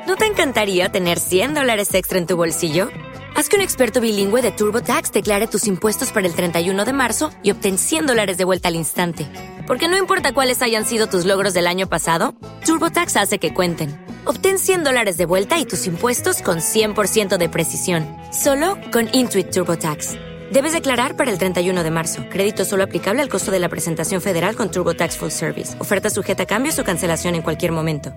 ¿No te encantaría tener $100 extra en tu bolsillo? Haz que un experto bilingüe de TurboTax declare tus impuestos para el 31 de marzo y obtén $100 de vuelta al instante. Porque no importa cuáles hayan sido tus logros del año pasado, TurboTax hace que cuenten. Obtén $100 de vuelta y tus impuestos con 100% de precisión. Solo con Intuit TurboTax. Debes declarar para el 31 de marzo. Crédito solo aplicable al costo de la presentación federal con TurboTax Full Service. Oferta sujeta a cambios o cancelación en cualquier momento.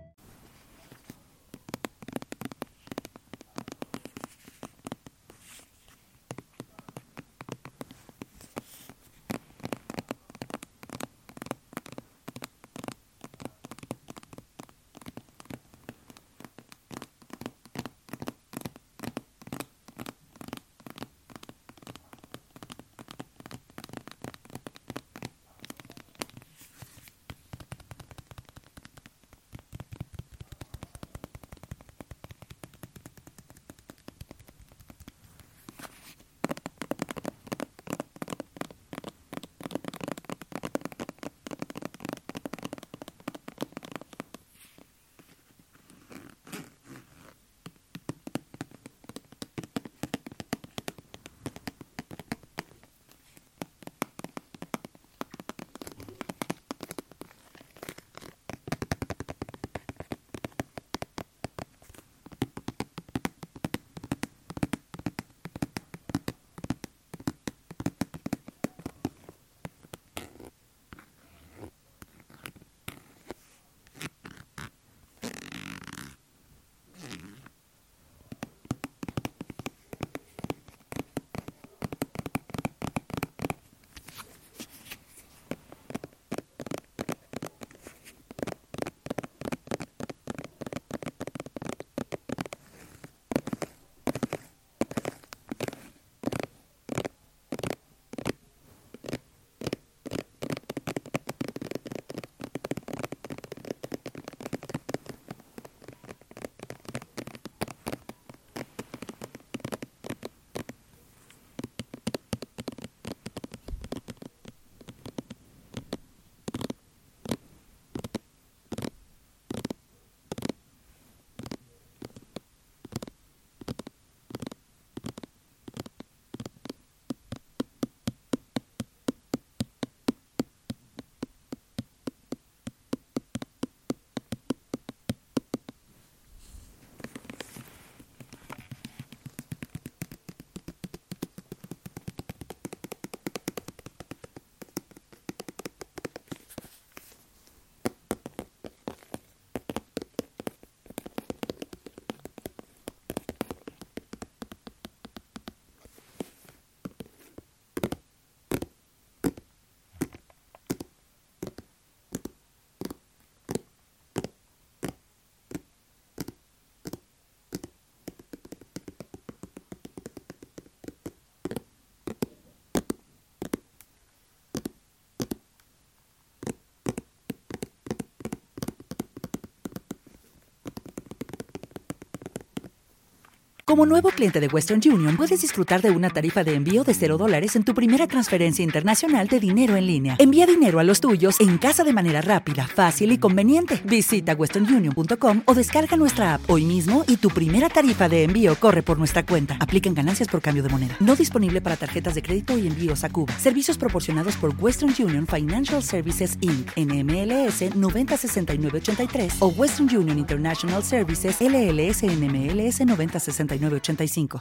Como nuevo cliente de Western Union, puedes disfrutar de una tarifa de envío de $0 en tu primera transferencia internacional de dinero en línea. Envía dinero a los tuyos en casa de manera rápida, fácil y conveniente. Visita westernunion.com o descarga nuestra app hoy mismo y tu primera tarifa de envío corre por nuestra cuenta. Aplican ganancias por cambio de moneda. No disponible para tarjetas de crédito y envíos a Cuba. Servicios proporcionados por Western Union Financial Services Inc. NMLS 906983 o Western Union International Services LLS NMLS 906985.